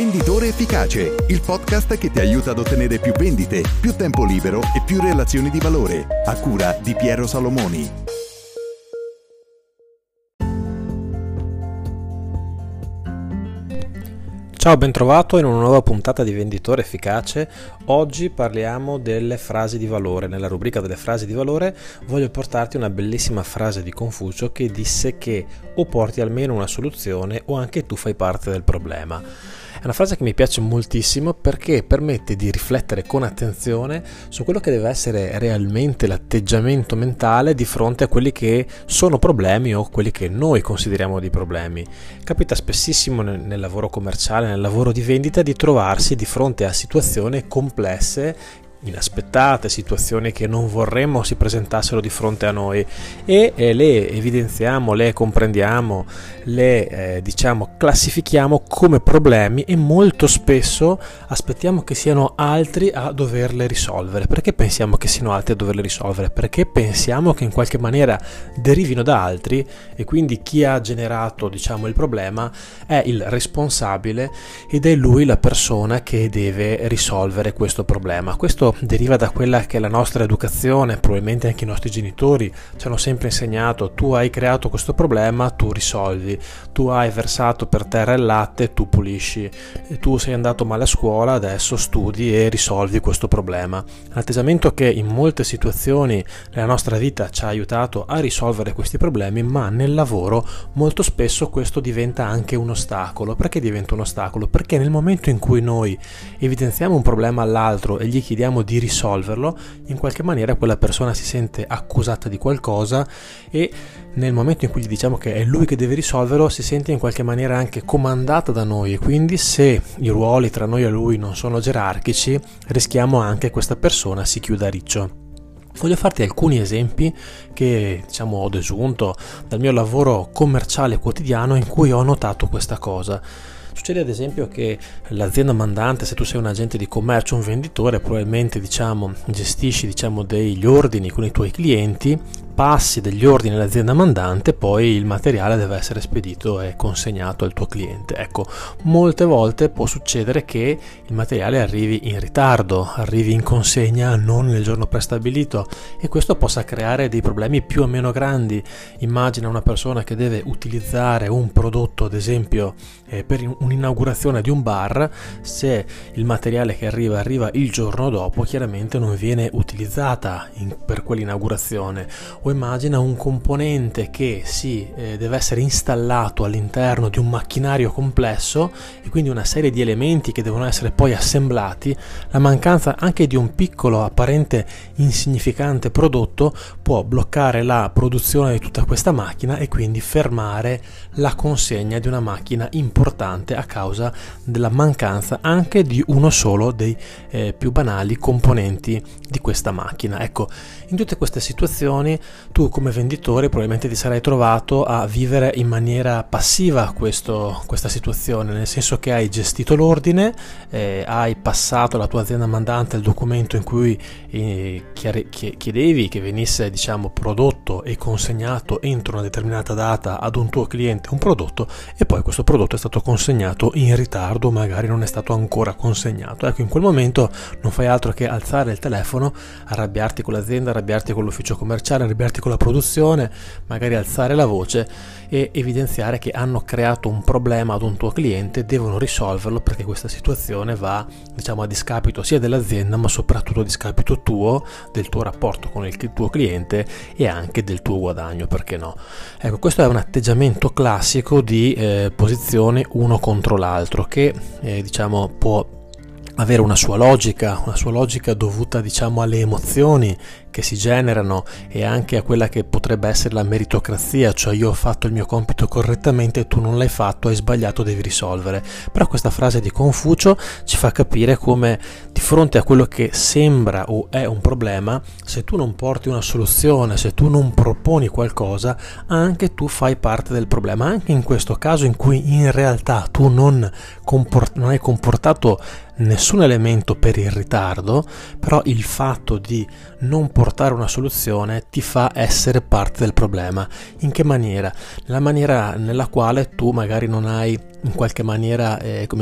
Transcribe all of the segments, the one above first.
Venditore Efficace, il podcast che ti aiuta ad ottenere più vendite, più tempo libero e più relazioni di valore, a cura di Piero Salomoni. Ciao, ben trovato in una nuova puntata di Venditore Efficace. Oggi parliamo delle frasi di valore. Nella rubrica delle frasi di valore voglio portarti una bellissima frase di Confucio che disse che o porti almeno una soluzione o anche tu fai parte del problema. È una frase che mi piace moltissimo perché permette di riflettere con attenzione su quello che deve essere realmente l'atteggiamento mentale di fronte a quelli che sono problemi o quelli che noi consideriamo dei problemi. Capita spessissimo nel lavoro commerciale, nel lavoro di vendita, di trovarsi di fronte a situazioni complesse, inaspettate, situazioni che non vorremmo si presentassero di fronte a noi e le evidenziamo, le comprendiamo, le classifichiamo come problemi e molto spesso aspettiamo che siano altri a doverle risolvere. Perché pensiamo che siano altri a doverle risolvere? Perché pensiamo che in qualche maniera derivino da altri e quindi chi ha generato il problema è il responsabile ed è lui la persona che deve risolvere questo problema. Questo deriva da quella che è la nostra educazione, probabilmente anche i nostri genitori ci hanno sempre insegnato: tu hai creato questo problema, tu risolvi, tu hai versato per terra il latte, tu pulisci, tu sei andato male a scuola, adesso studi e risolvi questo problema. Un atteggiamento che in molte situazioni nella nostra vita ci ha aiutato a risolvere questi problemi, ma nel lavoro molto spesso questo diventa anche un ostacolo. Perché diventa un ostacolo? Perché nel momento in cui noi evidenziamo un problema all'altro e gli chiediamo di risolverlo, in qualche maniera quella persona si sente accusata di qualcosa e nel momento in cui gli diciamo che è lui che deve risolverlo si sente in qualche maniera anche comandata da noi, e quindi se i ruoli tra noi e lui non sono gerarchici rischiamo anche che questa persona si chiuda a riccio. Voglio farti alcuni esempi che ho desunto dal mio lavoro commerciale quotidiano in cui ho notato questa cosa. Succede ad esempio che l'azienda mandante, se tu sei un agente di commercio, un venditore, probabilmente gestisci degli ordini con i tuoi clienti, passi degli ordini all'azienda mandante, poi il materiale deve essere spedito e consegnato al tuo cliente. Ecco, molte volte può succedere che il materiale arrivi in ritardo, arrivi in consegna non nel giorno prestabilito e questo possa creare dei problemi più o meno grandi. Immagina una persona che deve utilizzare un prodotto, ad esempio per un'inaugurazione di un bar. Se il materiale che arriva il giorno dopo, chiaramente non viene utilizzata per quell'inaugurazione. O immagina un componente che deve essere installato all'interno di un macchinario complesso e quindi una serie di elementi che devono essere poi assemblati. La mancanza anche di un piccolo apparente insignificante prodotto può bloccare la produzione di tutta questa macchina e quindi fermare la consegna di una macchina importante a causa della mancanza anche di uno solo dei più banali componenti di questa macchina. Ecco, in tutte queste situazioni tu come venditore probabilmente ti sarai trovato a vivere in maniera passiva questa situazione, nel senso che hai gestito l'ordine, hai passato alla tua azienda mandante il documento in cui chiedevi che venisse prodotto e consegnato entro una determinata data ad un tuo cliente un prodotto, e poi questo prodotto è stato consegnato in ritardo, magari non è stato ancora consegnato. Ecco, in quel momento non fai altro che alzare il telefono, arrabbiarti con l'azienda, arrabbiarti con l'ufficio commerciale, arrabbiarti con la produzione, magari alzare la voce e evidenziare che hanno creato un problema ad un tuo cliente, devono risolverlo perché questa situazione va a discapito sia dell'azienda ma soprattutto a discapito tuo, del tuo rapporto con il tuo cliente e anche del tuo guadagno, perché no? Ecco, questo è un atteggiamento classico di posizione uno contro l'altro che può avere una sua logica dovuta alle emozioni che si generano e anche a quella che potrebbe essere la meritocrazia, cioè io ho fatto il mio compito correttamente, tu non l'hai fatto, hai sbagliato, devi risolvere. Però questa frase di Confucio ci fa capire come di fronte a quello che sembra o è un problema, se tu non porti una soluzione, se tu non proponi qualcosa, anche tu fai parte del problema, anche in questo caso in cui in realtà tu non hai comportato nessun elemento per il ritardo, però il fatto di non portare una soluzione ti fa essere parte del problema. In che maniera? Nella maniera nella quale tu magari non hai in qualche maniera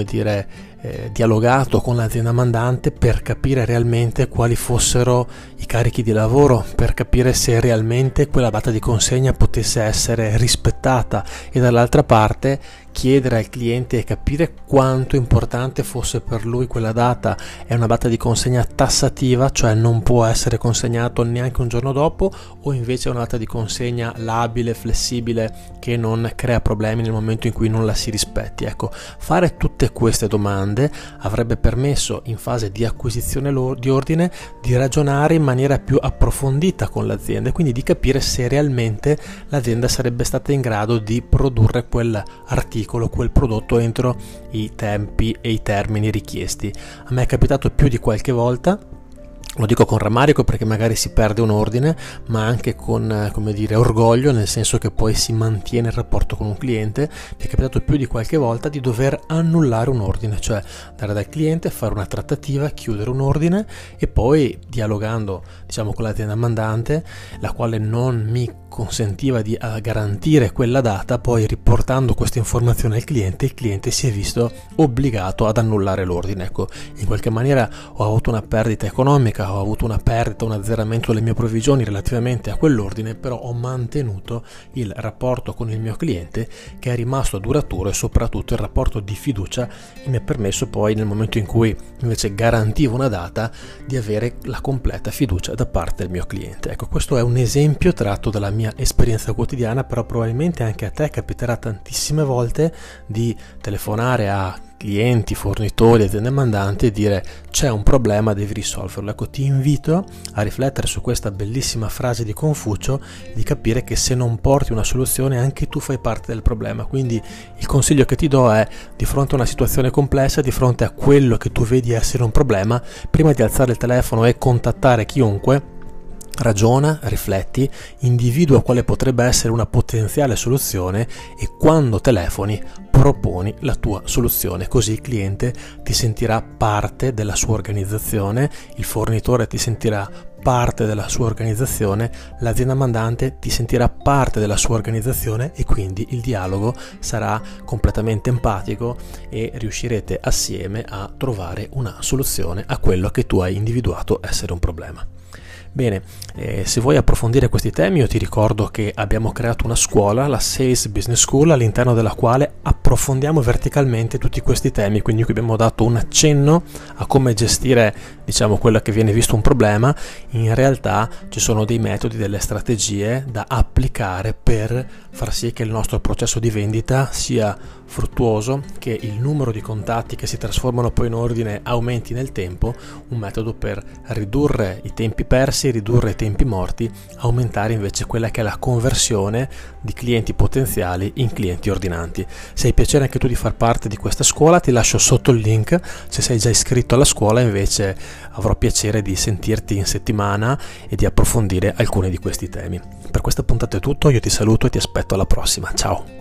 dialogato con l'azienda mandante per capire realmente quali fossero i carichi di lavoro, per capire se realmente quella data di consegna potesse essere rispettata, e dall'altra parte chiedere al cliente e capire quanto importante fosse per lui quella data. È una data di consegna tassativa, cioè non può essere consegnato neanche un giorno dopo, o invece è una data di consegna labile, flessibile, che non crea problemi nel momento in cui non la si rispetti. Ecco, fare tutte queste domande avrebbe permesso, in fase di acquisizione di ordine, di ragionare in maniera più approfondita con l'azienda e quindi di capire se realmente l'azienda sarebbe stata in grado di produrre quell'articolo, quel prodotto entro i tempi e i termini richiesti. A me è capitato più di qualche volta, lo dico con rammarico perché magari si perde un ordine, ma anche con orgoglio, nel senso che poi si mantiene il rapporto con un cliente. Mi è capitato più di qualche volta di dover annullare un ordine, cioè andare dal cliente, fare una trattativa, chiudere un ordine e poi, dialogando con l'azienda mandante, la quale non mi consentiva di garantire quella data, poi riportando questa informazione al cliente, il cliente si è visto obbligato ad annullare l'ordine. Ecco, in qualche maniera ho avuto una perdita economica, ho avuto una perdita, un azzeramento delle mie provvigioni relativamente a quell'ordine, però ho mantenuto il rapporto con il mio cliente, che è rimasto duraturo, e soprattutto il rapporto di fiducia che mi ha permesso poi, nel momento in cui invece garantivo una data, di avere la completa fiducia da parte del mio cliente. Ecco, questo è un esempio tratto dalla mia esperienza quotidiana, però probabilmente anche a te capiterà tantissime volte di telefonare a clienti, fornitori, aziende mandanti e dire: c'è un problema, devi risolverlo. Ecco, ti invito a riflettere su questa bellissima frase di Confucio e di capire che se non porti una soluzione anche tu fai parte del problema. Quindi il consiglio che ti do è: di fronte a una situazione complessa, di fronte a quello che tu vedi essere un problema, prima di alzare il telefono e contattare chiunque, ragiona, rifletti, individua quale potrebbe essere una potenziale soluzione e quando telefoni proponi la tua soluzione, così il cliente ti sentirà parte della sua organizzazione, il fornitore ti sentirà parte della sua organizzazione, l'azienda mandante ti sentirà parte della sua organizzazione e quindi il dialogo sarà completamente empatico e riuscirete assieme a trovare una soluzione a quello che tu hai individuato essere un problema. Bene, se vuoi approfondire questi temi, io ti ricordo che abbiamo creato una scuola, la Sales Business School, all'interno della quale approfondiamo verticalmente tutti questi temi. Quindi qui abbiamo dato un accenno a come gestire, quello che viene visto un problema. In realtà ci sono dei metodi, delle strategie da applicare per far sì che il nostro processo di vendita sia fruttuoso, che il numero di contatti che si trasformano poi in ordine aumenti nel tempo, un metodo per ridurre i tempi persi, ridurre i tempi morti, aumentare invece quella che è la conversione di clienti potenziali in clienti ordinanti. Se hai piacere anche tu di far parte di questa scuola, ti lascio sotto il link. Se sei già iscritto alla scuola, invece, avrò piacere di sentirti in settimana e di approfondire alcuni di questi temi. Per questa puntata è tutto, io ti saluto e ti aspetto alla prossima. Ciao!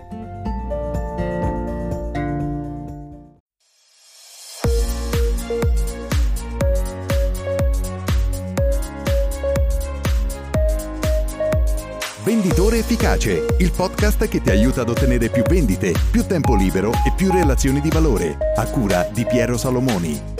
Venditore Efficace, il podcast che ti aiuta ad ottenere più vendite, più tempo libero e più relazioni di valore, a cura di Piero Salomoni.